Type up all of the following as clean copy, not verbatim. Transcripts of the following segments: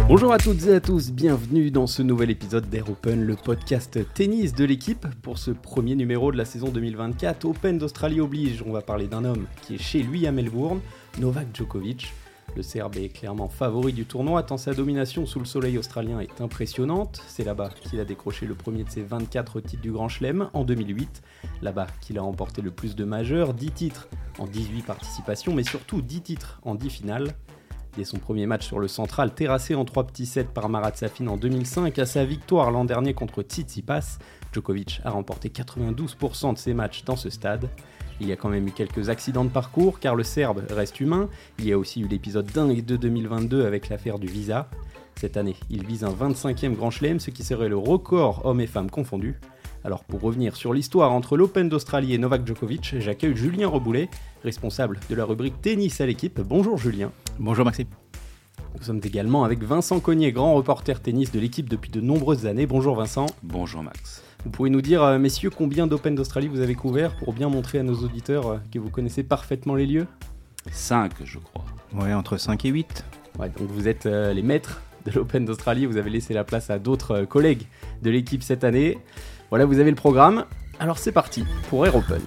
Bonjour à toutes et à tous, bienvenue dans ce nouvel épisode d'Air Open, le podcast tennis de l'équipe. Pour ce premier numéro de la saison 2024, Open d'Australie oblige, on va parler d'un homme qui est chez lui à Melbourne, Novak Djokovic. Le Serbe est clairement favori du tournoi tant sa domination sous le soleil australien est impressionnante. C'est là-bas qu'il a décroché le premier de ses 24 titres du Grand Chelem en 2008. Là-bas qu'il a remporté le plus de majeurs, 10 titres en 18 participations, mais surtout 10 titres en 10 finales. Dès son premier match sur le central, terrassé en 3 petits sets par Marat Safin en 2005, à sa victoire l'an dernier contre Tsitsipas, Djokovic a remporté 92% de ses matchs dans ce stade. Il y a quand même eu quelques accidents de parcours, car le Serbe reste humain. Il y a aussi eu l'épisode dingue de 2022 avec l'affaire du visa. Cette année, il vise un 25e Grand Chelem, ce qui serait le record hommes et femmes confondus. Alors pour revenir sur l'histoire entre l'Open d'Australie et Novak Djokovic, j'accueille Julien Reboulet, responsable de la rubrique tennis à l'équipe. Bonjour Julien. Bonjour Maxime. Nous sommes également avec Vincent Cognier, grand reporter tennis de l'équipe depuis de nombreuses années. Bonjour Vincent. Bonjour Max. Vous pouvez nous dire, messieurs, combien d'Open d'Australie vous avez couvert pour bien montrer à nos auditeurs que vous connaissez parfaitement les lieux ? 5, je crois. Ouais, entre 5 et 8. Ouais, donc vous êtes les maîtres de l'Open d'Australie, vous avez laissé la place à d'autres collègues de l'équipe cette année. Voilà, vous avez le programme. Alors c'est parti pour Air Open.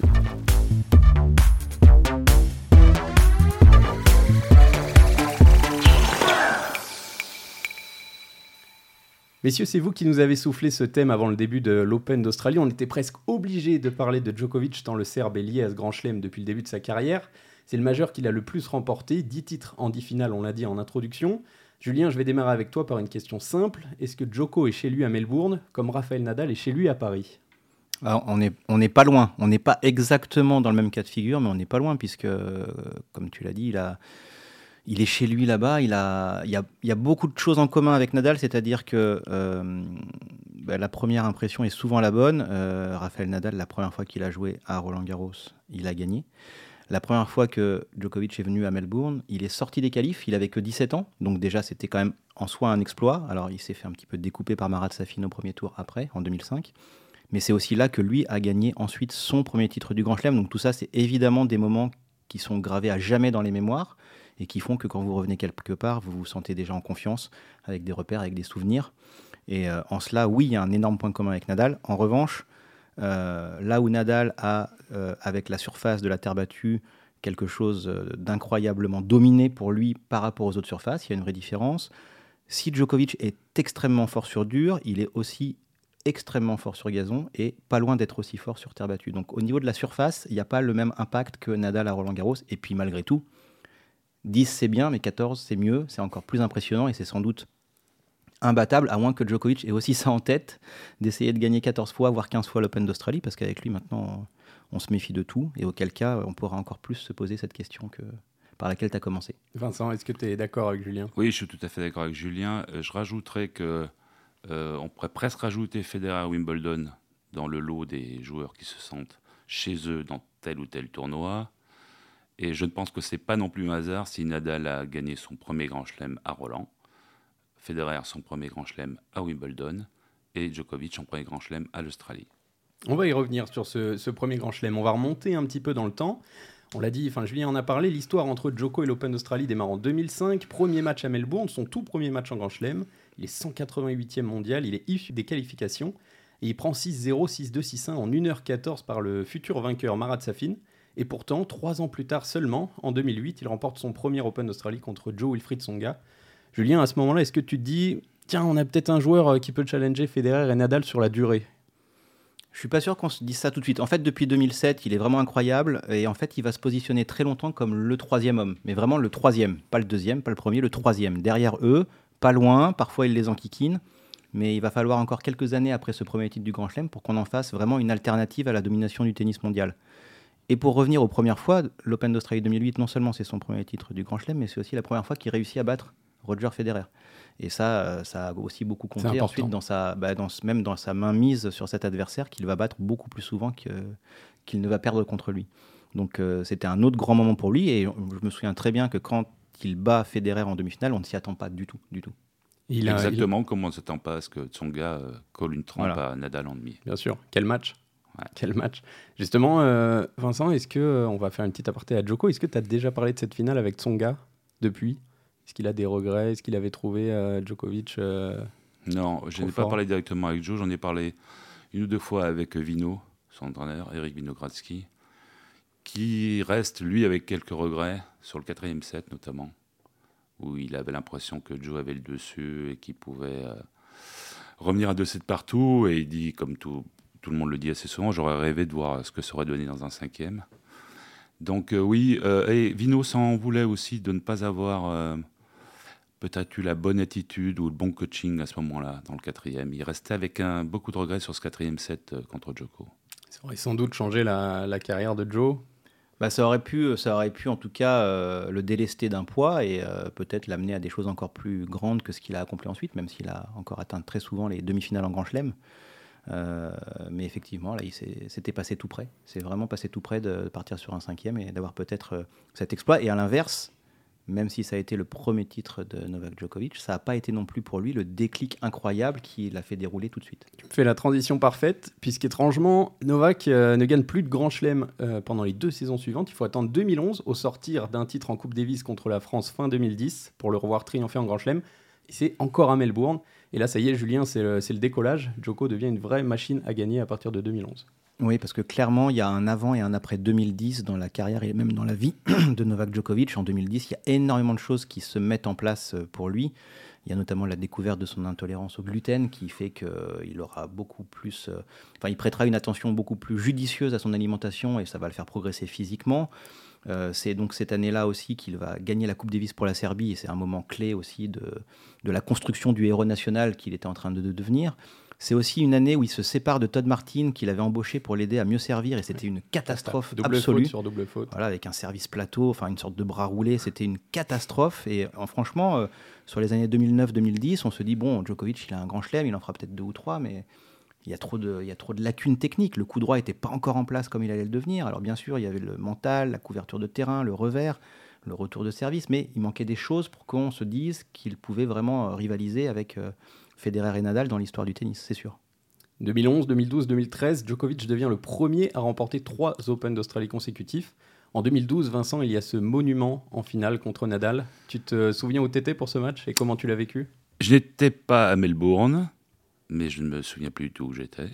Messieurs, c'est vous qui nous avez soufflé ce thème avant le début de l'Open d'Australie. On était presque obligé de parler de Djokovic tant le Serbe est lié à ce grand chelem depuis le début de sa carrière. C'est le majeur qu'il a le plus remporté, 10 titres en 10 finales, on l'a dit en introduction. Julien, je vais démarrer avec toi par une question simple. Est-ce que Djoko est chez lui à Melbourne, comme Rafael Nadal est chez lui à Paris ? Alors, on n'est pas loin. On n'est pas exactement dans le même cas de figure, mais on n'est pas loin, puisque, comme tu l'as dit, il est chez lui là-bas. Il y a beaucoup de choses en commun avec Nadal, c'est-à-dire que la première impression est souvent la bonne. Rafael Nadal, la première fois qu'il a joué à Roland-Garros, il a gagné. La première fois que Djokovic est venu à Melbourne, il est sorti des qualifs, il avait que 17 ans, donc déjà c'était quand même en soi un exploit. Alors il s'est fait un petit peu découper par Marat Safin au premier tour après, en 2005. Mais c'est aussi là que lui a gagné ensuite son premier titre du Grand Chelem. Donc tout ça, c'est évidemment des moments qui sont gravés à jamais dans les mémoires et qui font que quand vous revenez quelque part, vous vous sentez déjà en confiance, avec des repères, avec des souvenirs. Et en cela, oui, il y a un énorme point commun avec Nadal. En revanche, là où Nadal a, avec la surface de la terre battue, quelque chose d'incroyablement dominé pour lui par rapport aux autres surfaces, il y a une vraie différence. Si Djokovic est extrêmement fort sur dur, il est aussi extrêmement fort sur gazon et pas loin d'être aussi fort sur terre battue. Donc au niveau de la surface, il n'y a pas le même impact que Nadal à Roland-Garros. Et puis malgré tout, 10 c'est bien, mais 14 c'est mieux, c'est encore plus impressionnant et c'est sans doute imbattable, à moins que Djokovic ait aussi ça en tête, d'essayer de gagner 14 fois, voire 15 fois l'Open d'Australie, parce qu'avec lui maintenant, on se méfie de tout, et auquel cas, on pourra encore plus se poser cette question par laquelle tu as commencé. Vincent, est-ce que tu es d'accord avec Julien ? Oui, je suis tout à fait d'accord avec Julien. Je rajouterais que on pourrait presque rajouter Federer à Wimbledon dans le lot des joueurs qui se sentent chez eux dans tel ou tel tournoi. Et je ne pense que ce n'est pas non plus un hasard si Nadal a gagné son premier Grand Chelem à Roland, Federer son premier Grand Chelem à Wimbledon et Djokovic son premier Grand Chelem à l'Australie. On va y revenir sur ce premier Grand Chelem. On va remonter un petit peu dans le temps. On l'a dit, Julien en a parlé, l'histoire entre Djoko et l'Open d'Australie démarre en 2005. Premier match à Melbourne, son tout premier match en Grand Chelem. Il est 188e mondial, il est issu des qualifications. Et il prend 6-0, 6-2, 6-1 en 1h14 par le futur vainqueur Marat Safin. Et pourtant, 3 ans plus tard seulement, en 2008, il remporte son premier Open d'Australie contre Jo-Wilfried Tsonga. Julien, à ce moment-là, est-ce que tu te dis, tiens, on a peut-être un joueur qui peut challenger Federer et Nadal sur la durée ? Je suis pas sûr qu'on se dise ça tout de suite. En fait, depuis 2007, il est vraiment incroyable. Et en fait, il va se positionner très longtemps comme le 3e homme. Mais vraiment le 3e. Pas le 2e, pas le premier, le 3e. Derrière eux, pas loin. Parfois, il les enquiquine. Mais il va falloir encore quelques années après ce premier titre du Grand Chelem pour qu'on en fasse vraiment une alternative à la domination du tennis mondial. Et pour revenir aux premières fois, l'Open d'Australie 2008, non seulement c'est son premier titre du Grand Chelem, mais c'est aussi la première fois qu'il réussit à battre Roger Federer. Et ça a aussi beaucoup compté ensuite dans sa mainmise sur cet adversaire qu'il va battre beaucoup plus souvent qu'il ne va perdre contre lui. Donc c'était un autre grand moment pour lui et je me souviens très bien que quand il bat Federer en demi-finale, on ne s'y attend pas du tout. Exactement comme on ne s'attend pas à ce que Tsonga colle une trempe à Nadal en demi. Bien sûr, quel match. Ouais. Quel match. Justement, Vincent, est-ce que on va faire une petite aparté à Djoko, est-ce que tu as déjà parlé de cette finale avec Tsonga depuis ? Est-ce qu'il a des regrets? Est-ce qu'il avait trouvé Djokovic Non, je n'ai pas parlé directement avec Joe, j'en ai parlé une ou deux fois avec Vino, son entraîneur, Eric Winogradsky, qui reste, lui, avec quelques regrets, sur le 4e set notamment, où il avait l'impression que Joe avait le dessus et qu'il pouvait revenir à 2-7 partout. Et il dit, comme tout le monde le dit assez souvent, j'aurais rêvé de voir ce que ça aurait donné dans un 5e. Donc oui, et Vino s'en voulait aussi de ne pas avoir peut-être eu la bonne attitude ou le bon coaching à ce moment-là, dans le 4e. Il restait avec beaucoup de regrets sur ce 4e set contre Djoko. Ça aurait sans doute changé la carrière de Joe. Ça aurait pu en tout cas le délester d'un poids et peut-être l'amener à des choses encore plus grandes que ce qu'il a accompli ensuite, même s'il a encore atteint très souvent les demi-finales en Grand Chelem. Mais effectivement, là, c'était passé tout près. C'est vraiment passé tout près de partir sur un 5e et d'avoir peut-être cet exploit. Et à l'inverse, même si ça a été le premier titre de Novak Djokovic, ça n'a pas été non plus pour lui le déclic incroyable qui l'a fait dérouler tout de suite. Tu me fais la transition parfaite, puisqu'étrangement, Novak ne gagne plus de Grand Chelem pendant les 2 saisons suivantes. Il faut attendre 2011 au sortir d'un titre en Coupe Davis contre la France fin 2010 pour le revoir triompher en Grand Chelem. Et c'est encore à Melbourne. Et là, ça y est, Julien, c'est le décollage. Djoko devient une vraie machine à gagner à partir de 2011. Oui, parce que clairement, il y a un avant et un après 2010 dans la carrière et même dans la vie de Novak Djokovic. En 2010, il y a énormément de choses qui se mettent en place pour lui. Il y a notamment la découverte de son intolérance au gluten qui fait qu'il aura beaucoup plus... il prêtera une attention beaucoup plus judicieuse à son alimentation et ça va le faire progresser physiquement. C'est donc cette année-là aussi qu'il va gagner la Coupe Davis pour la Serbie et c'est un moment clé aussi de la construction du héros national qu'il était en train de devenir. C'est aussi une année où il se sépare de Todd Martin, qu'il avait embauché pour l'aider à mieux servir, et c'était une catastrophe absolue. Double faute sur double faute. Voilà, avec un service plateau, une sorte de bras roulé, c'était une catastrophe. Et franchement, sur les années 2009-2010, on se dit, bon, Djokovic, il a un grand chelem, il en fera peut-être 2 ou 3, mais il y a trop de lacunes techniques. Le coup droit n'était pas encore en place comme il allait le devenir. Alors bien sûr, il y avait le mental, la couverture de terrain, le revers, le retour de service, mais il manquait des choses pour qu'on se dise qu'il pouvait vraiment rivaliser avec... Federer et Nadal dans l'histoire du tennis, c'est sûr. 2011, 2012, 2013, Djokovic devient le premier à remporter 3 Open d'Australie consécutifs. En 2012, Vincent, il y a ce monument en finale contre Nadal. Tu te souviens où tu étais pour ce match et comment tu l'as vécu? Je n'étais pas à Melbourne, mais je ne me souviens plus du tout où j'étais.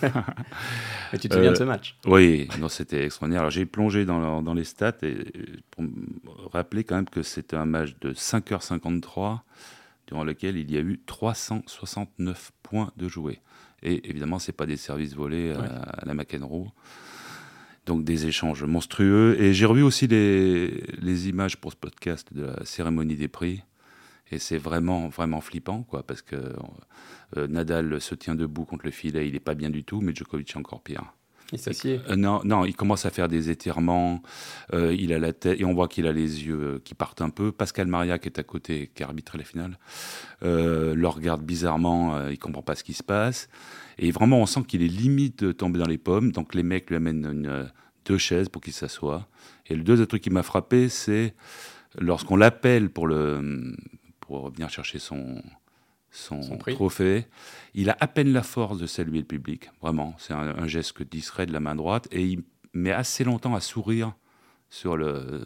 Et tu te souviens de ce match? Oui, non, c'était extraordinaire. Alors, j'ai plongé dans les stats et pour me rappeler quand même que c'était un match de 5h53 durant lequel il y a eu 369 points de joués. Et évidemment, ce n'est pas des services volés à la McEnroe. Donc des échanges monstrueux. Et j'ai revu aussi les images pour ce podcast de la cérémonie des prix. Et c'est vraiment, vraiment flippant, parce que Nadal se tient debout contre le filet, il n'est pas bien du tout, mais Djokovic est encore pire. Il s'assied. Non, il commence à faire des étirements, il a la tête, et on voit qu'il a les yeux qui partent un peu. Pascal Maria, qui est à côté, qui a arbitré la finale, le regarde bizarrement, il ne comprend pas ce qui se passe. Et vraiment, on sent qu'il est limite de tomber dans les pommes. Donc les mecs lui amènent 2 chaises pour qu'il s'assoie. Et le deuxième truc qui m'a frappé, c'est lorsqu'on l'appelle pour venir chercher son trophée, il a à peine la force de saluer le public, vraiment. C'est un geste discret de la main droite, et il met assez longtemps à sourire sur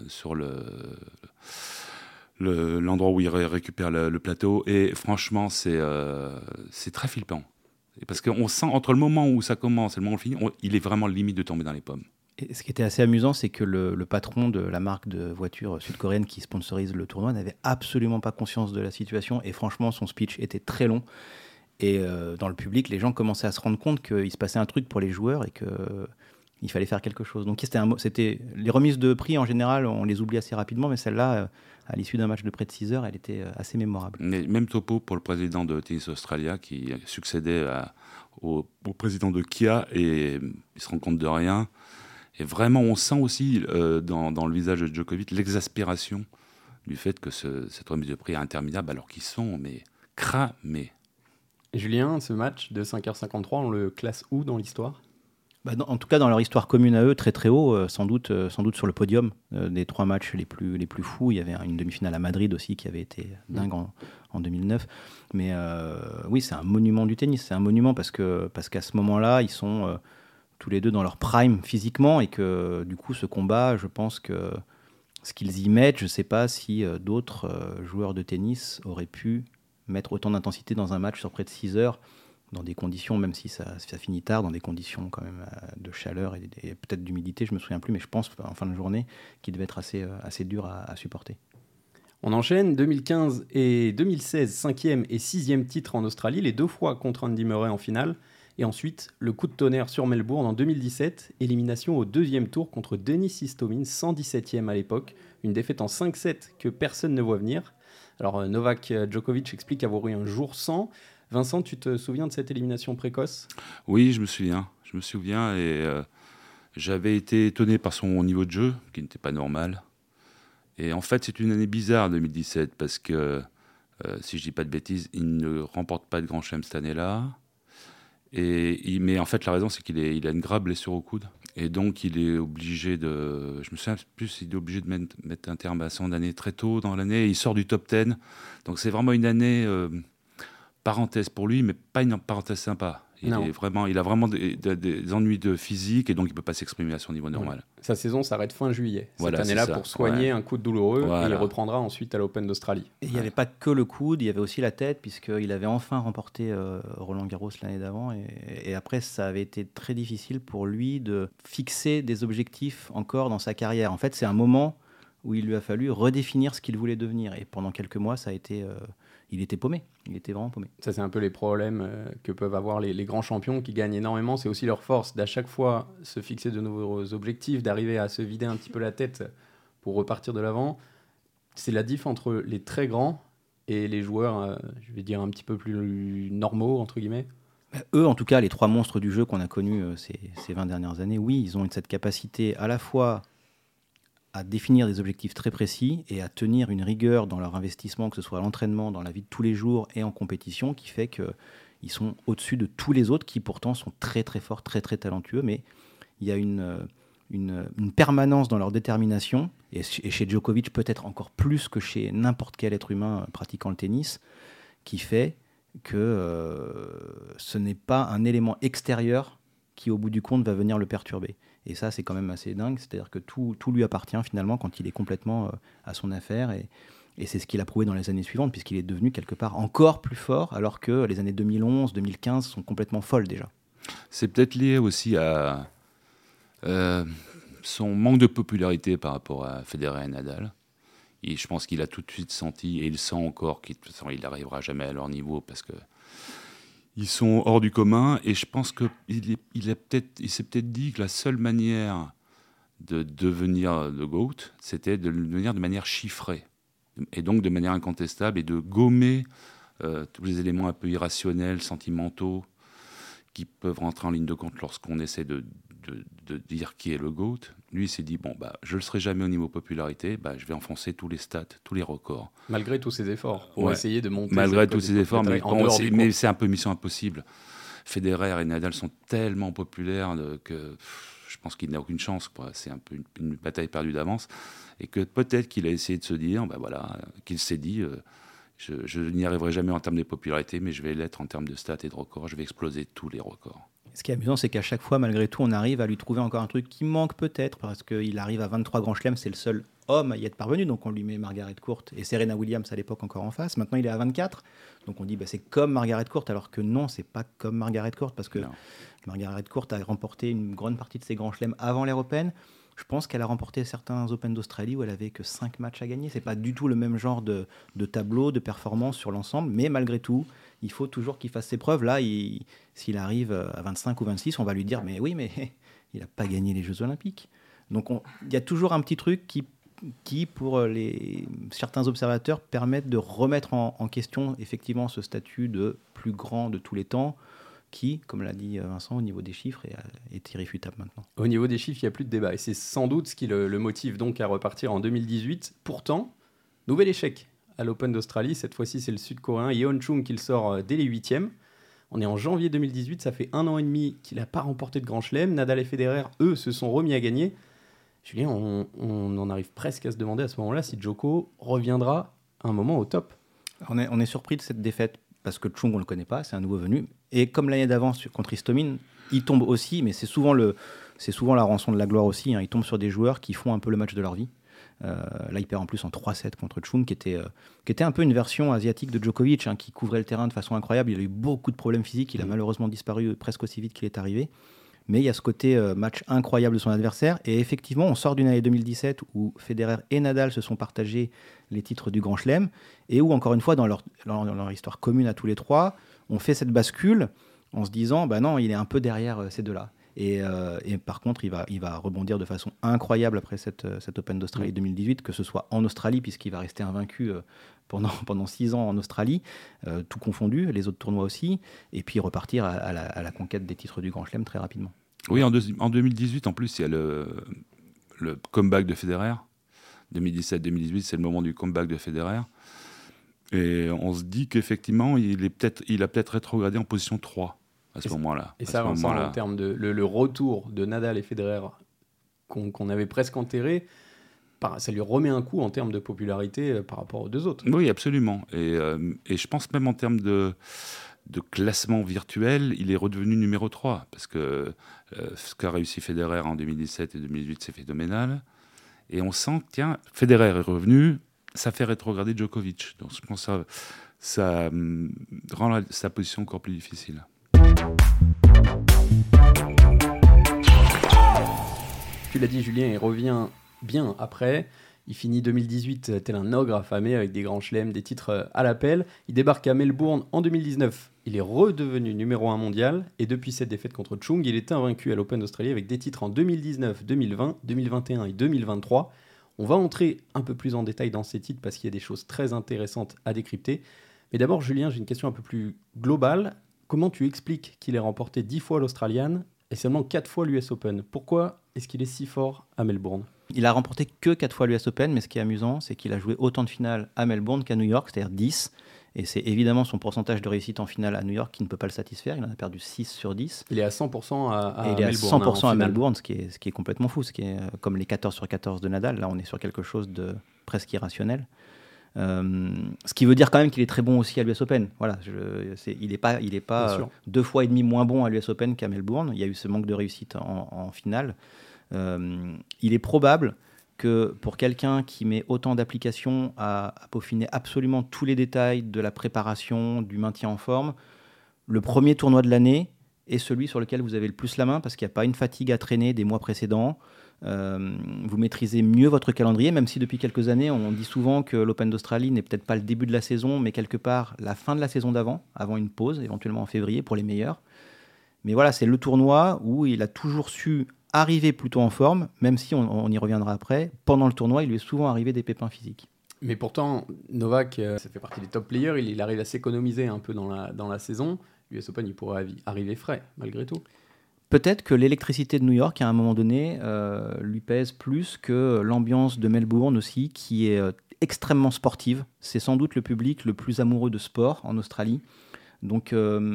l'endroit où il récupère le plateau, et franchement, c'est très flippant. Parce qu'on sent, entre le moment où ça commence et le moment où on finit, il est vraiment limite de tomber dans les pommes. Et ce qui était assez amusant, c'est que le patron de la marque de voitures sud-coréenne qui sponsorise le tournoi n'avait absolument pas conscience de la situation. Et franchement, son speech était très long. Et dans le public, les gens commençaient à se rendre compte qu'il se passait un truc pour les joueurs et qu'il fallait faire quelque chose. Donc c'était les remises de prix, en général, on les oublie assez rapidement. Mais celle-là, à l'issue d'un match de près de 6 heures, elle était assez mémorable. Mais même topo pour le président de Tennis Australia qui succédait au président de Kia, et il se rend compte de rien. Et vraiment, on sent aussi dans le visage de Djokovic l'exaspération du fait que cette remise de prix est interminable, alors qu'ils sont cramés. Julien, ce match de 5h53, on le classe où dans l'histoire? En tout cas, dans leur histoire commune à eux, très très haut, sans doute sur le podium des 3 matchs les plus fous. Il y avait une demi-finale à Madrid aussi qui avait été dingue en 2009. Mais oui, c'est un monument du tennis. C'est un monument parce qu'à ce moment-là, ils sont... tous les deux dans leur prime physiquement, et que du coup ce combat, je pense que ce qu'ils y mettent, je ne sais pas si d'autres joueurs de tennis auraient pu mettre autant d'intensité dans un match sur près de 6 heures, dans des conditions, même si ça finit tard, dans des conditions quand même de chaleur et peut-être d'humidité, je ne me souviens plus, mais je pense en fin de journée qui devait être assez dur à supporter. On enchaîne 2015 et 2016, 5e et 6e titre en Australie, les 2 fois contre Andy Murray en finale. Et ensuite, le coup de tonnerre sur Melbourne en 2017, élimination au 2e tour contre Denis Istomin, 117e à l'époque, une défaite en 5-7 que personne ne voit venir. Alors Novak Djokovic explique avoir eu un jour sans. Vincent, tu te souviens de cette élimination précoce ? Oui, je me souviens et j'avais été étonné par son niveau de jeu, qui n'était pas normal. Et en fait, c'est une année bizarre 2017 parce que, si je dis pas de bêtises, il ne remporte pas de Grand Chelem cette année-là. Mais en fait, la raison, c'est qu'il a une grave blessure au coude. Et donc, il est obligé de... Je me souviens plus, il est obligé de mettre un terme à son année très tôt dans l'année. Il sort du top 10. Donc, c'est vraiment une année parenthèse pour lui, mais pas une parenthèse sympa. Il a vraiment des ennuis de physique et donc il ne peut pas s'exprimer à son niveau normal. Ouais. Sa saison s'arrête fin juillet, voilà, cette année-là, pour soigner un coude douloureux, voilà. Et il reprendra ensuite à l'Open d'Australie. Et il n'y avait pas que le coude, il y avait aussi la tête, puisqu'il avait enfin remporté Roland Garros l'année d'avant. Et après, ça avait été très difficile pour lui de fixer des objectifs encore dans sa carrière. En fait, c'est un moment où il lui a fallu redéfinir ce qu'il voulait devenir. Et pendant quelques mois, ça a été... il était paumé, il était vraiment paumé. Ça, c'est un peu les problèmes que peuvent avoir les grands champions qui gagnent énormément. C'est aussi leur force d'à chaque fois se fixer de nouveaux objectifs, d'arriver à se vider un petit peu la tête pour repartir de l'avant. C'est la diff entre les très grands et les joueurs, je vais dire, un petit peu plus normaux, entre guillemets. Eux, en tout cas, les 3 monstres du jeu qu'on a connus ces 20 dernières années, oui, ils ont cette capacité à la fois à définir des objectifs très précis et à tenir une rigueur dans leur investissement, que ce soit à l'entraînement, dans la vie de tous les jours et en compétition, qui fait qu'ils sont au-dessus de tous les autres qui pourtant sont très très forts, très très talentueux, mais il y a une permanence dans leur détermination, et chez Djokovic peut-être encore plus que chez n'importe quel être humain pratiquant le tennis, qui fait que ce n'est pas un élément extérieur qui au bout du compte va venir le perturber. Et ça, c'est quand même assez dingue. C'est-à-dire que tout lui appartient finalement quand il est complètement à son affaire. Et c'est ce qu'il a prouvé dans les années suivantes, puisqu'il est devenu quelque part encore plus fort, alors que les années 2011, 2015 sont complètement folles déjà. C'est peut-être lié aussi à son manque de popularité par rapport à Federer et Nadal. Et je pense qu'il a tout de suite senti, et il sent encore qu'il n'arrivera jamais à leur niveau, parce que ils sont hors du commun, et je pense qu'il s'est peut-être dit que la seule manière de devenir le GOAT, c'était de le devenir de manière chiffrée, et donc de manière incontestable, et de gommer tous les éléments un peu irrationnels, sentimentaux, qui peuvent rentrer en ligne de compte lorsqu'on essaie de dire qui est le GOAT. Lui, il s'est dit, je ne le serai jamais au niveau popularité, je vais enfoncer tous les stats, tous les records. Malgré tous ses efforts, pour essayer de monter... Malgré tous ses efforts, mais c'est un peu mission impossible. Federer et Nadal sont tellement populaires que je pense qu'il n'a aucune chance, quoi. C'est un peu une bataille perdue d'avance. Et que peut-être qu'il a essayé de se dire, qu'il s'est dit... Je n'y arriverai jamais en termes de popularité, mais je vais l'être en termes de stats et de records. Je vais exploser tous les records. Ce qui est amusant, c'est qu'à chaque fois, malgré tout, on arrive à lui trouver encore un truc qui manque peut-être, parce qu'il arrive à 23 grands chelems, c'est le seul homme à y être parvenu, donc on lui met Margaret Court et Serena Williams à l'époque encore en face. Maintenant, il est à 24, donc on dit c'est comme Margaret Court, alors que non, c'est pas comme Margaret Court, parce que Margaret Court a remporté une grande partie de ses grands chelems avant l'Européenne. Je pense qu'elle a remporté certains Open d'Australie où elle avait que 5 matchs à gagner. C'est pas du tout le même genre de tableau, de performance sur l'ensemble, mais malgré tout, il faut toujours qu'il fasse ses preuves. Là, s'il arrive à 25 ou 26, on va lui dire mais oui, mais il n'a pas gagné les Jeux Olympiques. Donc il y a toujours un petit truc qui pour certains observateurs, permettent de remettre en question effectivement ce statut de plus grand de tous les temps, qui, comme l'a dit Vincent, au niveau des chiffres, est irréfutable maintenant. Au niveau des chiffres, il n'y a plus de débat. Et c'est sans doute ce qui le motive donc à repartir en 2018. Pourtant, nouvel échec à l'Open d'Australie. Cette fois-ci, c'est le Sud-Coréen Yeon Chung qui le sort dès les 8e. On est en janvier 2018. Ça fait 1 an et demi qu'il n'a pas remporté de Grand Chelem. Nadal et Federer, eux, se sont remis à gagner. Julien, on en arrive presque à se demander à ce moment-là si Djoko reviendra un moment au top. On est surpris de cette défaite parce que Chung, on ne le connaît pas, c'est un nouveau venu. Et comme l'année d'avant contre Istomin, il tombe aussi, mais c'est souvent la rançon de la gloire aussi. Hein. Il tombe sur des joueurs qui font un peu le match de leur vie. Là, il perd en plus en 3-7 contre Chung, qui était un peu une version asiatique de Djokovic, hein, qui couvrait le terrain de façon incroyable. Il a eu beaucoup de problèmes physiques. Il a malheureusement disparu presque aussi vite qu'il est arrivé. Mais il y a ce côté match incroyable de son adversaire. Et effectivement, on sort d'une année 2017 où Federer et Nadal se sont partagés les titres du Grand Chelem et où, encore une fois, dans leur histoire commune à tous les trois, on fait cette bascule en se disant bah non, il est un peu derrière ces deux-là. Et par contre, il va rebondir de façon incroyable après cet Open d'Australie 2018, que ce soit en Australie, puisqu'il va rester invaincu pendant 6 ans en Australie, tout confondu, les autres tournois aussi, et puis repartir à la conquête des titres du Grand Chelem très rapidement. Oui, en 2018, en plus, il y a le comeback de Federer. 2017-2018, c'est le moment du comeback de Federer. Et on se dit qu'effectivement, il a peut-être rétrogradé en position 3 à ce moment-là. Et ça, Vincent, en termes de le retour de Nadal et Federer qu'on avait presque enterré, ça lui remet un coup en termes de popularité par rapport aux deux autres. Oui, absolument. Et je pense même en termes de classement virtuel, il est redevenu numéro 3. Parce que ce qu'a réussi Federer en 2017 et 2018, c'est phénoménal. Et on sent que, tiens, Federer est revenu, ça fait rétrograder Djokovic. Donc je pense que ça rend sa position encore plus difficile. Tu l'as dit, Julien, il revient bien après. Il finit 2018 tel un ogre affamé avec des grands chelems, des titres à l'appel. Il débarque à Melbourne en 2019. Il est redevenu numéro 1 mondial. Et depuis cette défaite contre Chung, il est invaincu à l'Open d'Australie avec des titres en 2019, 2020, 2021 et 2023. On va entrer un peu plus en détail dans ces titres parce qu'il y a des choses très intéressantes à décrypter. Mais d'abord, Julien, j'ai une question un peu plus globale. Comment tu expliques qu'il ait remporté 10 fois l'Australian et seulement 4 fois l'US Open ? Pourquoi est-ce qu'il est si fort à Melbourne ? Il a remporté que 4 fois l'US Open, mais ce qui est amusant, c'est qu'il a joué autant de finales à Melbourne qu'à New York, c'est-à-dire 10. Et c'est évidemment son pourcentage de réussite en finale à New York qui ne peut pas le satisfaire. Il en a perdu 6 sur 10. Il est à 100% à et il est Melbourne. À 100% à Melbourne, ce qui est complètement fou. Ce qui est comme les 14 sur 14 de Nadal. Là, on est sur quelque chose de presque irrationnel. Ce qui veut dire quand même qu'il est très bon aussi à l'US Open. Voilà, il n'est pas 2 fois et demi moins bon à l'US Open qu'à Melbourne. Il y a eu ce manque de réussite en finale. Il est probable que pour quelqu'un qui met autant d'applications à peaufiner absolument tous les détails de la préparation, du maintien en forme, le premier tournoi de l'année est celui sur lequel vous avez le plus la main parce qu'il n'y a pas une fatigue à traîner des mois précédents. Vous maîtrisez mieux votre calendrier, même si depuis quelques années, on dit souvent que l'Open d'Australie n'est peut-être pas le début de la saison, mais quelque part la fin de la saison d'avant, avant une pause, éventuellement en février pour les meilleurs. Mais voilà, c'est le tournoi où il a toujours su arriver plutôt en forme, même si on y reviendra après. Pendant le tournoi, il lui est souvent arrivé des pépins physiques. Mais pourtant, Novak, ça fait partie des top players, il arrive à s'économiser un peu dans la saison. L'US Open, il pourrait arriver frais, malgré tout. Peut-être que l'électricité de New York, à un moment donné, lui pèse plus que l'ambiance de Melbourne aussi, qui est extrêmement sportive. C'est sans doute le public le plus amoureux de sport en Australie. Donc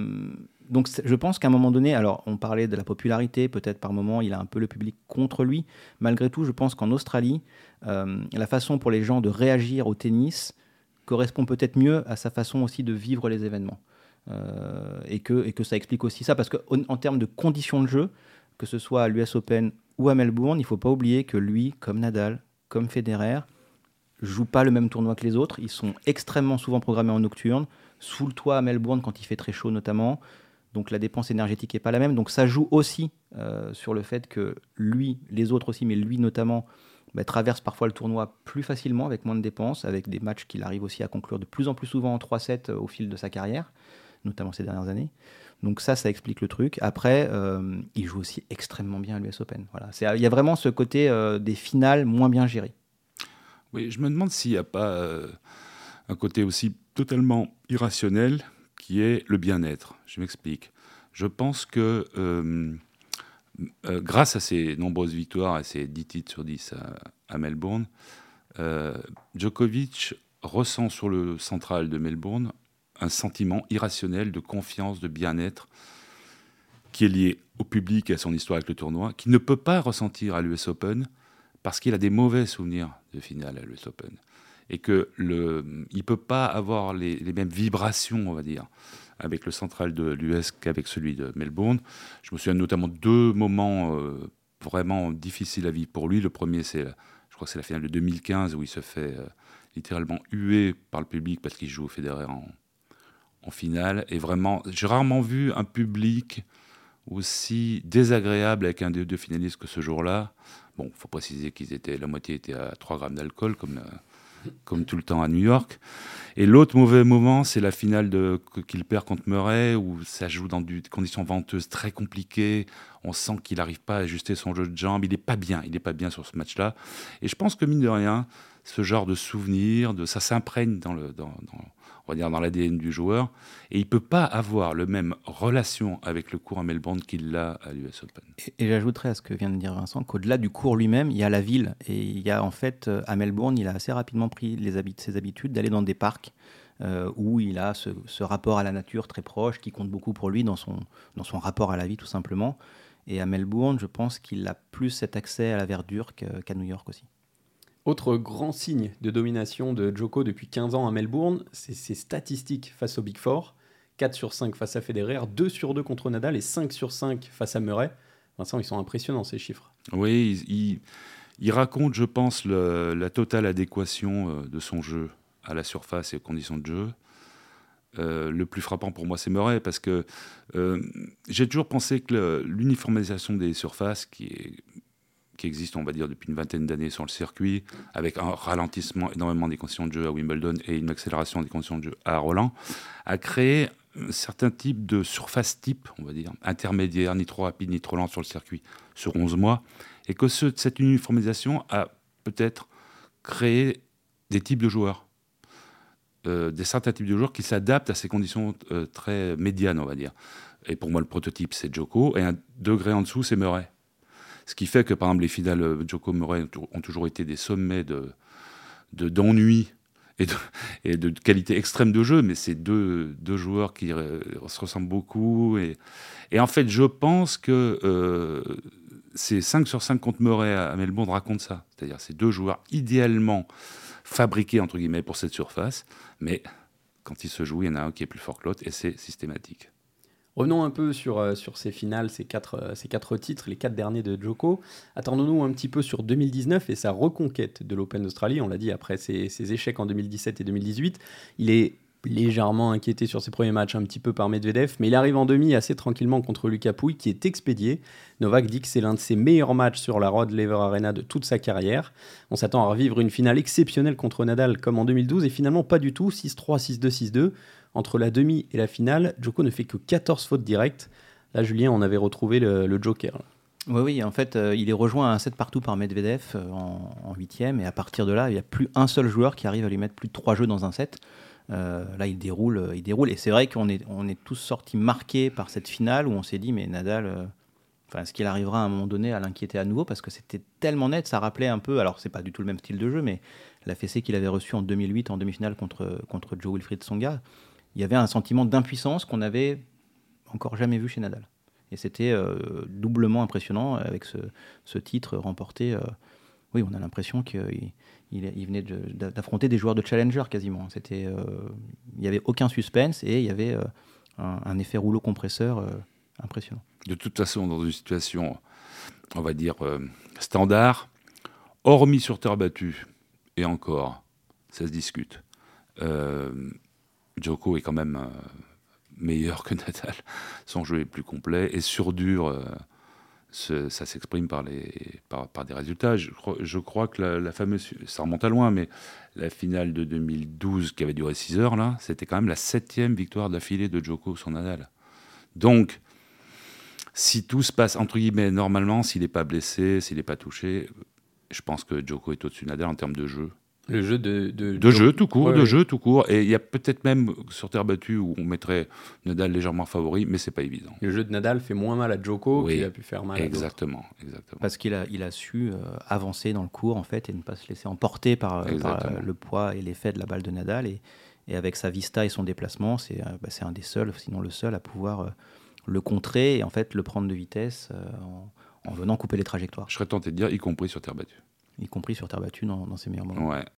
je pense qu'à un moment donné, alors on parlait de la popularité, peut-être par moment il a un peu le public contre lui. Malgré tout, je pense qu'en Australie, la façon pour les gens de réagir au tennis correspond peut-être mieux à sa façon aussi de vivre les événements. Et que ça explique aussi ça, parce qu'en termes de conditions de jeu, que ce soit à l'US Open ou à Melbourne, il ne faut pas oublier que lui, comme Nadal, comme Federer, ne jouent pas le même tournoi que les autres. Ils sont extrêmement souvent programmés en nocturne, sous le toit à Melbourne quand il fait très chaud notamment. Donc la dépense énergétique n'est pas la même. Donc ça joue aussi sur le fait que lui, les autres aussi, mais lui notamment, traverse parfois le tournoi plus facilement avec moins de dépenses, avec des matchs qu'il arrive aussi à conclure de plus en plus souvent en 3-7 au fil de sa carrière, notamment ces dernières années. Donc ça explique le truc. Après, il joue aussi extrêmement bien à l'US Open. Voilà. Il y a vraiment ce côté des finales moins bien gérées. Oui, je me demande s'il n'y a pas un côté aussi totalement irrationnel qui est le bien-être. Je m'explique. Je pense que grâce à ses nombreuses victoires et ses 10 titres sur 10 à Melbourne, Djokovic ressent sur le central de Melbourne un sentiment irrationnel de confiance, de bien-être qui est lié au public et à son histoire avec le tournoi, qu'il ne peut pas ressentir à l'US Open parce qu'il a des mauvais souvenirs de finale à l'US Open. Et qu'il ne peut pas avoir les mêmes vibrations, on va dire, avec le central de l'US qu'avec celui de Melbourne. Je me souviens notamment de 2 moments vraiment difficiles à vivre pour lui. Le premier, c'est, je je crois que c'est la finale de 2015 où il se fait littéralement huer par le public parce qu'il joue au Federer en finale. Et vraiment, j'ai rarement vu un public aussi désagréable avec un des deux finalistes que ce jour-là. Bon, il faut préciser la moitié était à 3 grammes d'alcool, comme tout le temps à New York. Et l'autre mauvais moment, c'est la finale qu'il perd contre Murray, où ça joue dans des conditions venteuses très compliquées. On sent qu'il n'arrive pas à ajuster son jeu de jambes. Il n'est pas bien sur ce match-là. Et je pense que, mine de rien, ce genre de souvenir, ça s'imprègne dans l'ADN du joueur. Et il ne peut pas avoir la même relation avec le cours à Melbourne qu'il l'a à l'US Open. Et j'ajouterais à ce que vient de dire Vincent qu'au-delà du cours lui-même, il y a la ville. Et il y a en fait, à Melbourne, il a assez rapidement pris ses habitudes d'aller dans des parcs où il a ce rapport à la nature très proche qui compte beaucoup pour lui dans son rapport à la vie tout simplement. Et à Melbourne, je pense qu'il a plus cet accès à la verdure qu'à New York aussi. Autre grand signe de domination de Djoko depuis 15 ans à Melbourne, c'est ses statistiques face au Big Four. 4 sur 5 face à Federer, 2 sur 2 contre Nadal et 5 sur 5 face à Murray. Vincent, ils sont impressionnants ces chiffres. Oui, il raconte, je pense, la totale adéquation de son jeu à la surface et aux conditions de jeu. Le plus frappant pour moi, c'est Murray, parce que j'ai toujours pensé que l'uniformisation des surfaces qui existe, on va dire, depuis une vingtaine d'années sur le circuit, avec un ralentissement énormément des conditions de jeu à Wimbledon et une accélération des conditions de jeu à Roland, a créé un certain type de surface type, on va dire, intermédiaire, ni trop rapide, ni trop lente sur le circuit, sur 11 mois, et que cette uniformisation a peut-être créé des types de joueurs, certains types de joueurs qui s'adaptent à ces conditions très médianes, on va dire. Et pour moi, le prototype, c'est Djoko, et un degré en dessous, c'est Murray. Ce qui fait que, par exemple, les finales Djoko-Murray ont toujours été des sommets d'ennui et de qualité extrême de jeu, mais c'est deux joueurs qui se ressemblent beaucoup. Et en fait, je pense que ces 5 sur 5 contre Murray à Melbourne racontent ça. C'est-à-dire ces deux joueurs idéalement fabriqués, entre guillemets, pour cette surface, mais quand ils se jouent, il y en a un qui est plus fort que l'autre, et c'est systématique. Revenons un peu sur ces finales, ces quatre titres, les 4 derniers de Djoko. Attendons-nous un petit peu sur 2019 et sa reconquête de l'Open d'Australie. On l'a dit, après ses échecs en 2017 et 2018, il est légèrement inquiété sur ses premiers matchs, un petit peu par Medvedev, mais il arrive en demi assez tranquillement contre Lucas Pouille, qui est expédié. Novak dit que c'est l'un de ses meilleurs matchs sur la Rod Laver Arena de toute sa carrière. On s'attend à revivre une finale exceptionnelle contre Nadal comme en 2012, et finalement pas du tout, 6-3, 6-2, 6-2. Entre la demi et la finale, Djoko ne fait que 14 fautes directes. Là, Julien, on avait retrouvé le Joker. Oui, en fait, il est rejoint à un set partout par Medvedev en 8e, et à partir de là, il n'y a plus un seul joueur qui arrive à lui mettre plus de 3 jeux dans un set. Là, il déroule, et c'est vrai qu'on est tous sortis marqués par cette finale où on s'est dit, mais Nadal, est-ce qu'il arrivera à un moment donné à l'inquiéter à nouveau, parce que c'était tellement net, ça rappelait un peu, alors c'est pas du tout le même style de jeu, mais la fessée qu'il avait reçue en 2008 en demi-finale contre Joe Wilfried Tsonga. Il y avait un sentiment d'impuissance qu'on n'avait encore jamais vu chez Nadal. Et c'était doublement impressionnant avec ce titre remporté. Oui, on a l'impression qu'il venait d'affronter des joueurs de challenger quasiment. Il n'y avait aucun suspense et il y avait un effet rouleau compresseur impressionnant. De toute façon, dans une situation, on va dire, standard, hormis sur terre battue, et encore, ça se discute, Djoko est quand même meilleur que Nadal. Son jeu est plus complet. Et sur dur, ça s'exprime par des résultats. Je crois que la fameuse... Ça remonte à loin, mais la finale de 2012, qui avait duré 6 heures, là, c'était quand même la 7e victoire d'affilée de Djoko sur Nadal. Donc, si tout se passe, entre guillemets, normalement, s'il n'est pas blessé, s'il n'est pas touché, je pense que Djoko est au-dessus de Nadal en termes de jeu. Le jeu de jeu tout court, ouais, jeu tout court. Et il y a peut-être même sur terre battue où on mettrait Nadal légèrement favori, mais c'est pas évident. Le jeu de Nadal fait moins mal à Djoko qu'il a pu faire mal à d'autres. Exactement. Parce qu'il a su avancer dans le cours en fait et ne pas se laisser emporter par le poids et l'effet de la balle de Nadal. Et avec sa vista et son déplacement, c'est un des seuls, sinon le seul, à pouvoir le contrer et en fait le prendre de vitesse en venant couper les trajectoires. Je serais tenté de dire, y compris sur terre battue. Y compris sur terre battue dans ses meilleurs moments. Ouais.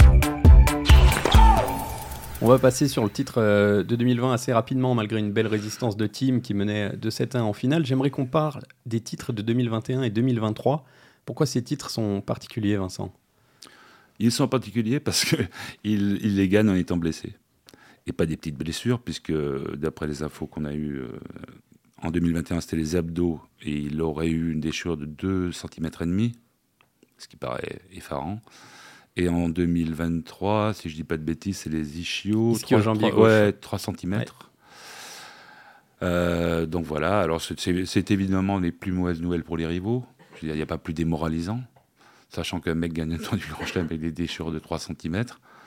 On va passer sur le titre de 2020 assez rapidement, malgré une belle résistance de Thiem qui menait 2-7-1 en finale. J'aimerais qu'on parle des titres de 2021 et 2023. Pourquoi ces titres sont particuliers, Vincent ? Ils sont particuliers parce qu'il les gagne en étant blessé. Et pas des petites blessures, puisque d'après les infos qu'on a eues, en 2021, c'était les abdos, et il aurait eu une déchirure de 2,5 cm, ce qui paraît effarant. Et en 2023, si je ne dis pas de bêtises, c'est les ischios. Ischio-jambier gauche. 3 cm. Ouais. Donc voilà, alors c'est évidemment les plus mauvaises nouvelles pour les rivaux. Je veux dire, il n'y a pas plus démoralisant, sachant qu'un mec gagne un tour du Grand Chelem avec des déchirures de 3 cm.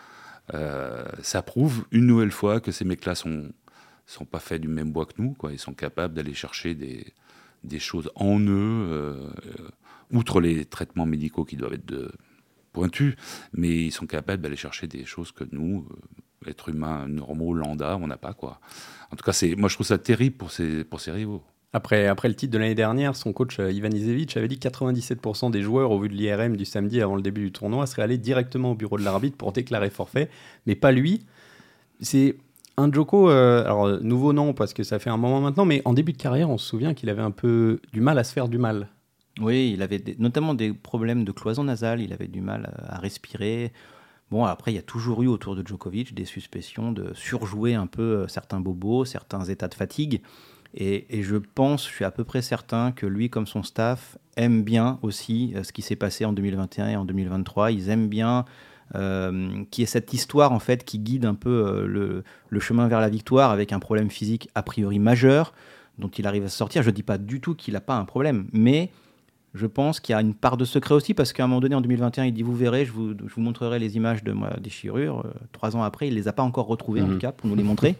Ça prouve une nouvelle fois que ces mecs-là sont pas faits du même bois que nous, quoi. Ils sont capables d'aller chercher des choses en eux, outre les traitements médicaux qui doivent être pointus, mais ils sont capables d'aller chercher des choses que nous, êtres humains normaux, lambda, on n'a pas, quoi. En tout cas, moi je trouve ça terrible pour ses rivaux. Après le titre de l'année dernière, son coach Ivan Izevich avait dit que 97% des joueurs, au vu de l'IRM du samedi avant le début du tournoi, seraient allés directement au bureau de l'arbitre pour déclarer forfait, mais pas lui. C'est un Djoko, alors nouveau non, parce que ça fait un moment maintenant, mais en début de carrière, on se souvient qu'il avait un peu du mal à se faire du mal. Oui, il avait notamment des problèmes de cloison nasale, il avait du mal à respirer. Bon, après, il y a toujours eu autour de Djokovic des suspicions de surjouer un peu certains bobos, certains états de fatigue. Et je suis à peu près certain que lui, comme son staff, aime bien aussi ce qui s'est passé en 2021 et en 2023. Ils aiment bien qu'il y ait cette histoire en fait, qui guide un peu le chemin vers la victoire avec un problème physique a priori majeur dont il arrive à se sortir. Je ne dis pas du tout qu'il n'a pas un problème, mais je pense qu'il y a une part de secret aussi parce qu'à un moment donné, en 2021, il dit « Vous verrez, je vous montrerai les images de ma déchirure ». 3 ans après, il ne les a pas encore retrouvées, en tout cas, pour nous les montrer.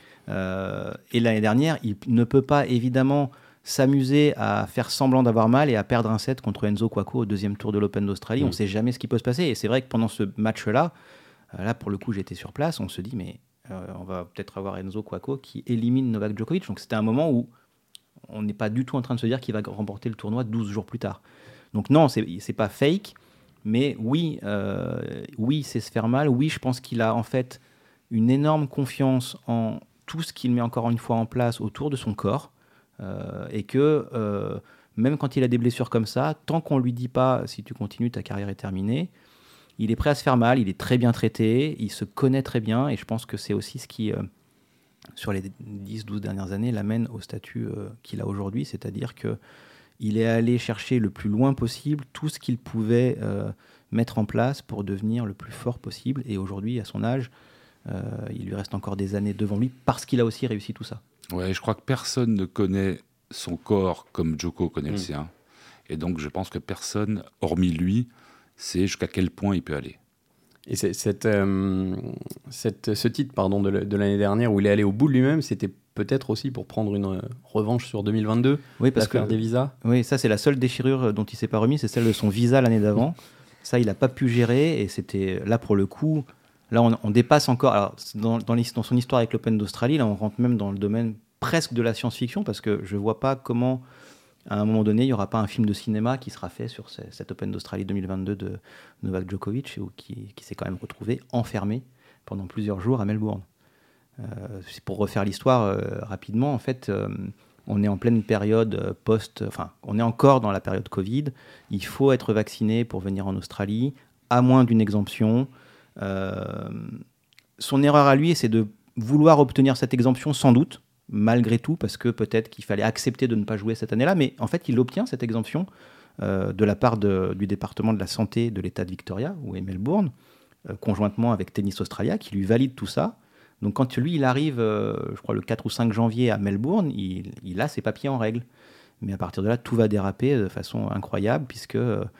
Et l'année dernière, il ne peut pas évidemment s'amuser à faire semblant d'avoir mal et à perdre un set contre Enzo Couaco au 2e tour de l'Open d'Australie. On ne sait jamais ce qui peut se passer. Et c'est vrai que pendant ce match-là, là pour le coup j'étais sur place, on se dit mais on va peut-être avoir Enzo Couaco qui élimine Novak Djokovic. Donc c'était un moment où on n'est pas du tout en train de se dire qu'il va remporter le tournoi 12 jours plus tard. Donc non, c'est pas fake, mais oui, c'est se faire mal. Oui, je pense qu'il a en fait une énorme confiance en tout ce qu'il met encore une fois en place autour de son corps, et que même quand il a des blessures comme ça, tant qu'on ne lui dit pas « si tu continues, ta carrière est terminée », il est prêt à se faire mal, il est très bien traité, il se connaît très bien, et je pense que c'est aussi ce qui, sur les 10-12 dernières années, l'amène au statut qu'il a aujourd'hui, c'est-à-dire qu'il est allé chercher le plus loin possible tout ce qu'il pouvait mettre en place pour devenir le plus fort possible, et aujourd'hui, à son âge, il lui reste encore des années devant lui parce qu'il a aussi réussi tout ça. Ouais, je crois que personne ne connaît son corps comme Djoko connaît le sien. Et donc, je pense que personne, hormis lui, sait jusqu'à quel point il peut aller. Et ce titre de l'année dernière où il est allé au bout de lui-même, c'était peut-être aussi pour prendre une revanche sur 2022, oui, parce que des visas. Oui, ça c'est la seule déchirure dont il ne s'est pas remis, c'est celle de son visa l'année d'avant. Ça, il n'a pas pu gérer et c'était là pour le coup... Là, on dépasse encore... Alors, dans son histoire avec l'Open d'Australie, là, on rentre même dans le domaine presque de la science-fiction parce que je ne vois pas comment, à un moment donné, il n'y aura pas un film de cinéma qui sera fait sur cet Open d'Australie 2022 de Novak Djokovic qui s'est quand même retrouvé enfermé pendant plusieurs jours à Melbourne. C'est pour refaire l'histoire rapidement. En fait, on est en pleine période on est encore dans la période Covid. Il faut être vacciné pour venir en Australie, à moins d'une exemption. Son erreur à lui, c'est de vouloir obtenir cette exemption sans doute, malgré tout, parce que peut-être qu'il fallait accepter de ne pas jouer cette année-là, mais en fait, il obtient cette exemption de la part du département de la santé de l'État de Victoria, où est Melbourne, conjointement avec Tennis Australia, qui lui valide tout ça. Donc quand lui, il arrive, je crois, le 4 ou 5 janvier à Melbourne, il a ses papiers en règle. Mais à partir de là, tout va déraper de façon incroyable, puisque...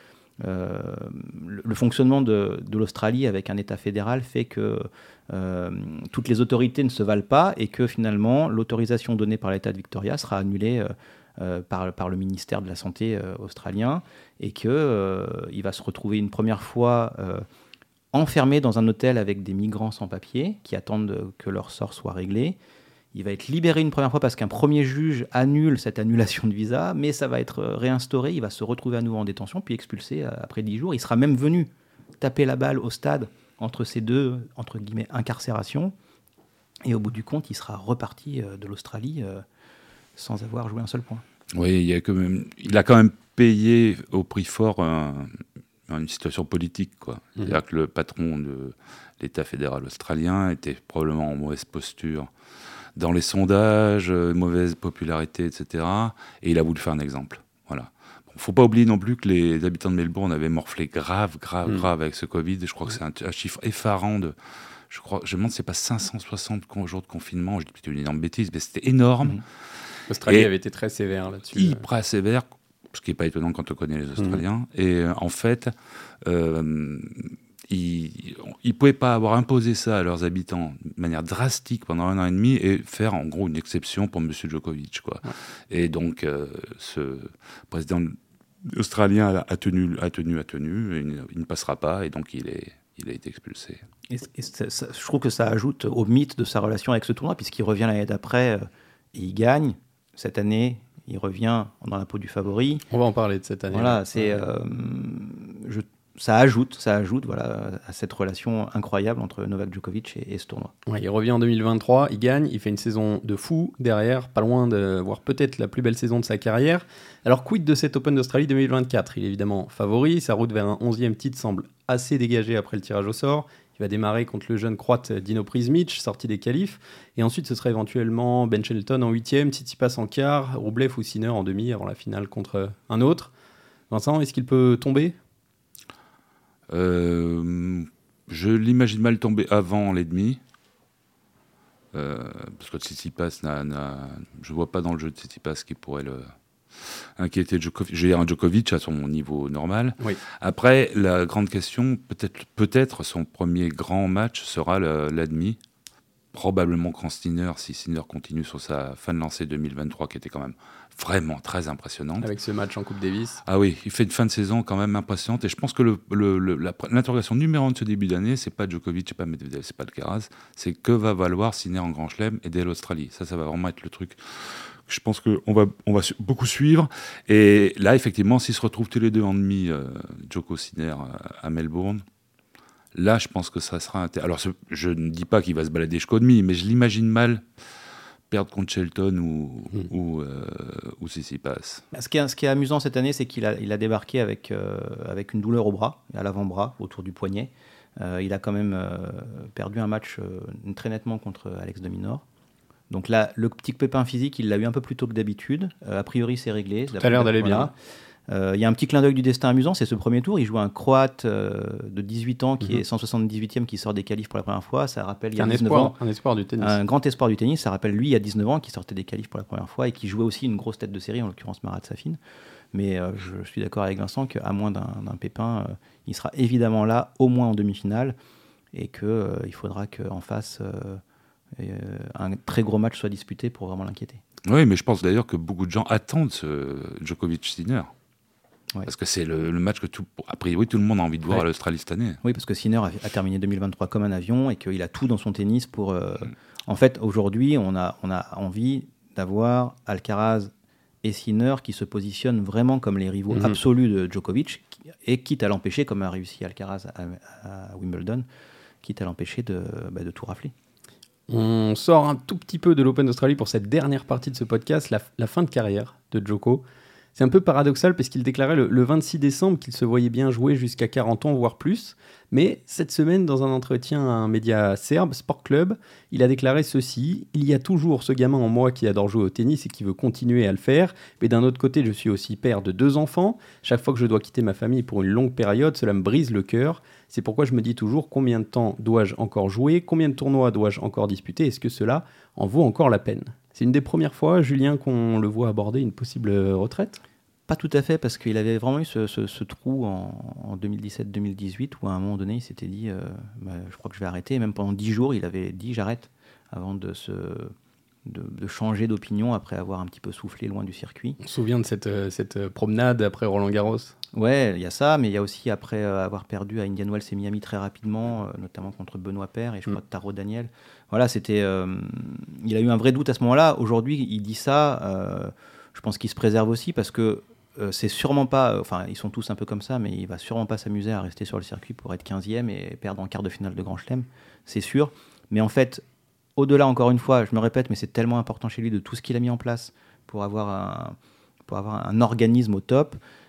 le fonctionnement de l'Australie avec un État fédéral fait que toutes les autorités ne se valent pas et que finalement l'autorisation donnée par l'État de Victoria sera annulée par le ministère de la Santé australien et qu'il va se retrouver une première fois enfermé dans un hôtel avec des migrants sans papier qui attendent que leur sort soit réglé. Il va être libéré une première fois parce qu'un premier juge annule cette annulation de visa, mais ça va être réinstauré, il va se retrouver à nouveau en détention, puis expulsé après 10 jours. Il sera même venu taper la balle au stade entre ces deux, entre guillemets, incarcérations. Et au bout du compte, il sera reparti de l'Australie sans avoir joué un seul point. Oui, il a quand même payer au prix fort une situation politique, quoi. C'est-à-dire que le patron de l'État fédéral australien était probablement en mauvaise posture dans les sondages, mauvaise popularité, etc. Et il a voulu faire un exemple. Voilà. Il ne faut pas oublier non plus que les habitants de Melbourne avaient morflé grave avec ce Covid. Je crois que c'est un chiffre effarant de... Je me demande si ce n'est pas 560 jours de confinement. Je dis peut-être une énorme bêtise, mais c'était énorme. L'Australie avait été très sévère là-dessus. Hyper sévère, ce qui n'est pas étonnant quand on connaît les Australiens. Et en fait, ils ne pouvaient pas avoir imposé ça à leurs habitants de manière drastique pendant 1 an et demi et faire en gros une exception pour M. Djokovic, quoi. Ouais. Et donc, ce président australien a tenu, il ne passera pas, et donc il a été expulsé. Et je trouve que ça ajoute au mythe de sa relation avec ce tournoi, puisqu'il revient l'année d'après et il gagne. Cette année, il revient dans la peau du favori. On va en parler de cette année. Voilà, ça ajoute voilà, à cette relation incroyable entre Novak Djokovic et ce tournoi. Ouais, il revient en 2023, il gagne, il fait une saison de fou derrière, pas loin de voir peut-être la plus belle saison de sa carrière. Alors quid de cet Open d'Australie 2024 ? Il est évidemment favori, sa route vers un 11e titre semble assez dégagée après le tirage au sort. Il va démarrer contre le jeune croate Dino Prizmic, sorti des qualifs. Et ensuite, ce sera éventuellement Ben Shelton en 8e, Tsitsipas en quart, Rublev ou Sinner en demi avant la finale contre un autre. Vincent, est-ce qu'il peut tomber ? Je l'imagine mal tomber avant les demi. Parce que Tsitsipas je vois pas dans le jeu de Tsitsipas qui pourrait inquiéter Djokovic. J'ai un Djokovic à son niveau normal. Oui. Après, la grande question, peut-être son premier grand match sera la demi. Probablement quand Sinner, si Sinner continue sur sa fin de lancée 2023, qui était quand même vraiment très impressionnante. Avec ce match en Coupe Davis. Ah oui, il fait une fin de saison quand même impressionnante. Et je pense que l'interrogation numéro 1 de ce début d'année, c'est pas Djokovic, c'est pas Medvedev, c'est pas Alcaraz, c'est que va valoir Sinner en Grand Chelem et dès l'Australie. Ça va vraiment être le truc. Je pense qu'on va beaucoup suivre. Et là, effectivement, s'ils se retrouvent tous les deux en demi, Djoko Sinner à Melbourne, là, je pense que ça sera... Alors, je ne dis pas qu'il va se balader jusqu'au demi, mais je l'imagine mal perdre contre Shelton ou Tsitsipas. Ce qui est amusant cette année, c'est qu'il a débarqué avec une douleur au bras, à l'avant-bras, autour du poignet. Il a quand même perdu un match très nettement contre Alex de Minaur. Donc là, le petit pépin physique, il l'a eu un peu plus tôt que d'habitude. A priori, c'est réglé. Ça a l'air d'aller bien. Il y a un petit clin d'œil du destin amusant, c'est ce premier tour. Il joue un Croate de 18 ans qui est 178e, qui sort des qualifs pour la première fois. Ça rappelle il y a 19 ans. Un espoir du tennis. Un grand espoir du tennis. Ça rappelle lui, il y a 19 ans, qui sortait des qualifs pour la première fois et qui jouait aussi une grosse tête de série, en l'occurrence Marat Safin. Mais je suis d'accord avec Vincent qu'à moins d'un pépin, il sera évidemment là, au moins en demi-finale, et qu'il faudra qu'en face, un très gros match soit disputé pour vraiment l'inquiéter. Oui, mais je pense d'ailleurs que beaucoup de gens attendent ce Djokovic-Sinner. Ouais. Parce que c'est le match que a priori tout le monde a envie de voir à l'Australie cette année. Oui, parce que Sinner a terminé 2023 comme un avion et qu'il a tout dans son tennis pour... En fait, aujourd'hui, on a envie d'avoir Alcaraz et Sinner qui se positionnent vraiment comme les rivaux absolus de Djokovic, et quitte à l'empêcher, comme a réussi Alcaraz à Wimbledon, quitte à l'empêcher de tout rafler. On sort un tout petit peu de l'Open d'Australie pour cette dernière partie de ce podcast, la fin de carrière de Djoko. C'est un peu paradoxal parce qu'il déclarait le 26 décembre qu'il se voyait bien jouer jusqu'à 40 ans, voire plus. Mais cette semaine, dans un entretien à un média serbe, Sport Club, il a déclaré ceci: « Il y a toujours ce gamin en moi qui adore jouer au tennis et qui veut continuer à le faire. Mais d'un autre côté, je suis aussi père de 2 enfants. Chaque fois que je dois quitter ma famille pour une longue période, cela me brise le cœur. C'est pourquoi je me dis toujours combien de temps dois-je encore jouer, combien de tournois dois-je encore disputer, est-ce que cela en vaut encore la peine ?» C'est une des premières fois, Julien, qu'on le voit aborder une possible retraite ? Pas tout à fait, parce qu'il avait vraiment eu ce trou en 2017-2018 où à un moment donné, il s'était dit je crois que je vais arrêter. Et même pendant 10 jours, il avait dit j'arrête avant de changer d'opinion après avoir un petit peu soufflé loin du circuit. On se souvient de cette promenade après Roland-Garros. Ouais, il y a ça, mais il y a aussi après avoir perdu à Indian Wells et Miami très rapidement, notamment contre Benoît Paire et je crois Taro Daniel. Voilà, c'était, il a eu un vrai doute à ce moment-là. Aujourd'hui, il dit ça. Je pense qu'il se préserve aussi parce que c'est sûrement pas, ils sont tous un peu comme ça, mais il va sûrement pas s'amuser à rester sur le circuit pour être 15e et perdre en quart de finale de Grand Chelem, c'est sûr. Mais en fait, au-delà, encore une fois, je me répète, mais c'est tellement important chez lui de tout ce qu'il a mis en place pour avoir un organisme au top.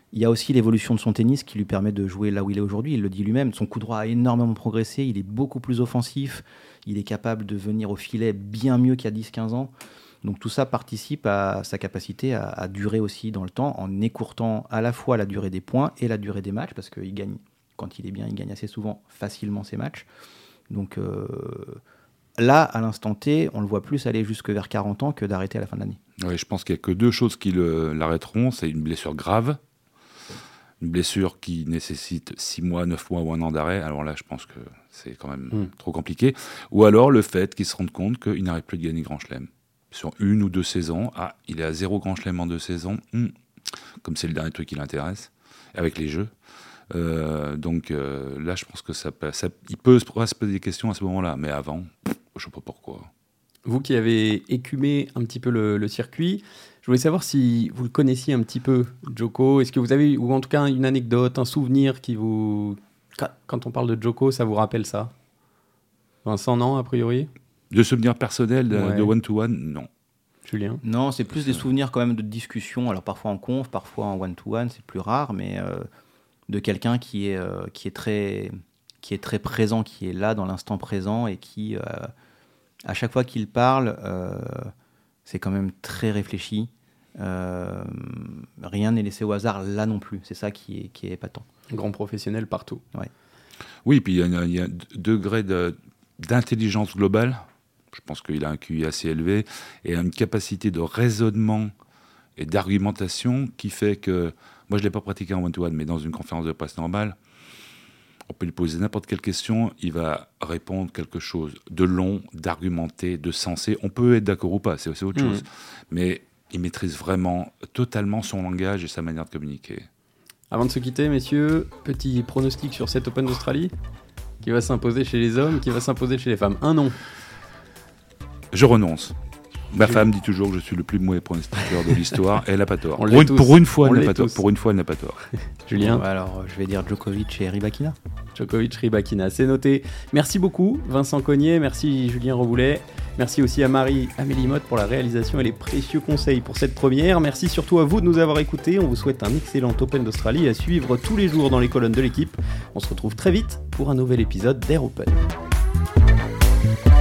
Il y a aussi l'évolution de son tennis qui lui permet de jouer là où il est aujourd'hui. Il le dit lui-même, son coup droit a énormément progressé, il est beaucoup plus offensif, il est capable de venir au filet bien mieux qu'il y a 10-15 ans. Donc tout ça participe à sa capacité à durer aussi dans le temps, en écourtant à la fois la durée des points et la durée des matchs, parce qu'il gagne, quand il est bien, il gagne assez souvent facilement ses matchs. Donc là, à l'instant T, on le voit plus aller jusque vers 40 ans que d'arrêter à la fin de l'année. Oui, je pense qu'il n'y a que deux choses qui l'arrêteront. C'est une blessure grave, une blessure qui nécessite 6 mois, 9 mois ou 1 an d'arrêt. Alors là, je pense que c'est quand même trop compliqué. Ou alors le fait qu'il se rende compte qu'il n'arrête plus de gagner Grand Chelem. Sur 1 ou 2 saisons, il est à 0 Grand Chelem en 2 saisons, comme c'est le dernier truc qui l'intéresse, avec les jeux. Donc là, je pense que il peut se poser des questions à ce moment-là, mais avant, je ne sais pas pourquoi. Vous qui avez écumé un petit peu le circuit, je voulais savoir si vous le connaissiez un petit peu, Djoko. Est-ce que vous avez, ou en tout cas une anecdote, un souvenir qui vous... Quand on parle de Djoko, ça vous rappelle ça? Vincent, non, a priori? De souvenirs personnels de one-to-one, non. Julien? Non, c'est plus des souvenirs quand même de discussion. Alors parfois en conf, parfois en one-to-one, c'est plus rare, mais de quelqu'un qui est très présent, qui est là dans l'instant présent et qui, à chaque fois qu'il parle, c'est quand même très réfléchi. Rien n'est laissé au hasard là non plus. C'est ça qui est épatant. Grand professionnel partout. Ouais. Oui, puis il y a un degré d'intelligence globale. Je pense qu'il a un QI assez élevé et une capacité de raisonnement et d'argumentation qui fait que, moi je ne l'ai pas pratiqué en one-to-one, mais dans une conférence de presse normale, on peut lui poser n'importe quelle question, il va répondre quelque chose de long, d'argumenté, de sensé. On peut être d'accord ou pas, c'est autre chose. Mais il maîtrise vraiment totalement son langage et sa manière de communiquer. Avant de se quitter, messieurs, petit pronostic sur cet Open d'Australie qui va s'imposer chez les hommes, qui va s'imposer chez les femmes. Un nom. Je renonce. Ma femme dit toujours que je suis le plus mauvais pronostiqueur de l'histoire. Elle n'a pas tort. Pour une fois, elle n'a pas tort. Pour une fois, elle n'a pas tort. Julien? Alors, je vais dire Djokovic et Rybakina. Djokovic, Rybakina, c'est noté. Merci beaucoup, Vincent Cognier. Merci, Julien Reboulet. Merci aussi à Marie-Amélie Motte pour la réalisation et les précieux conseils pour cette première. Merci surtout à vous de nous avoir écoutés. On vous souhaite un excellent Open d'Australie à suivre tous les jours dans les colonnes de l'équipe. On se retrouve très vite pour un nouvel épisode d'Air Open.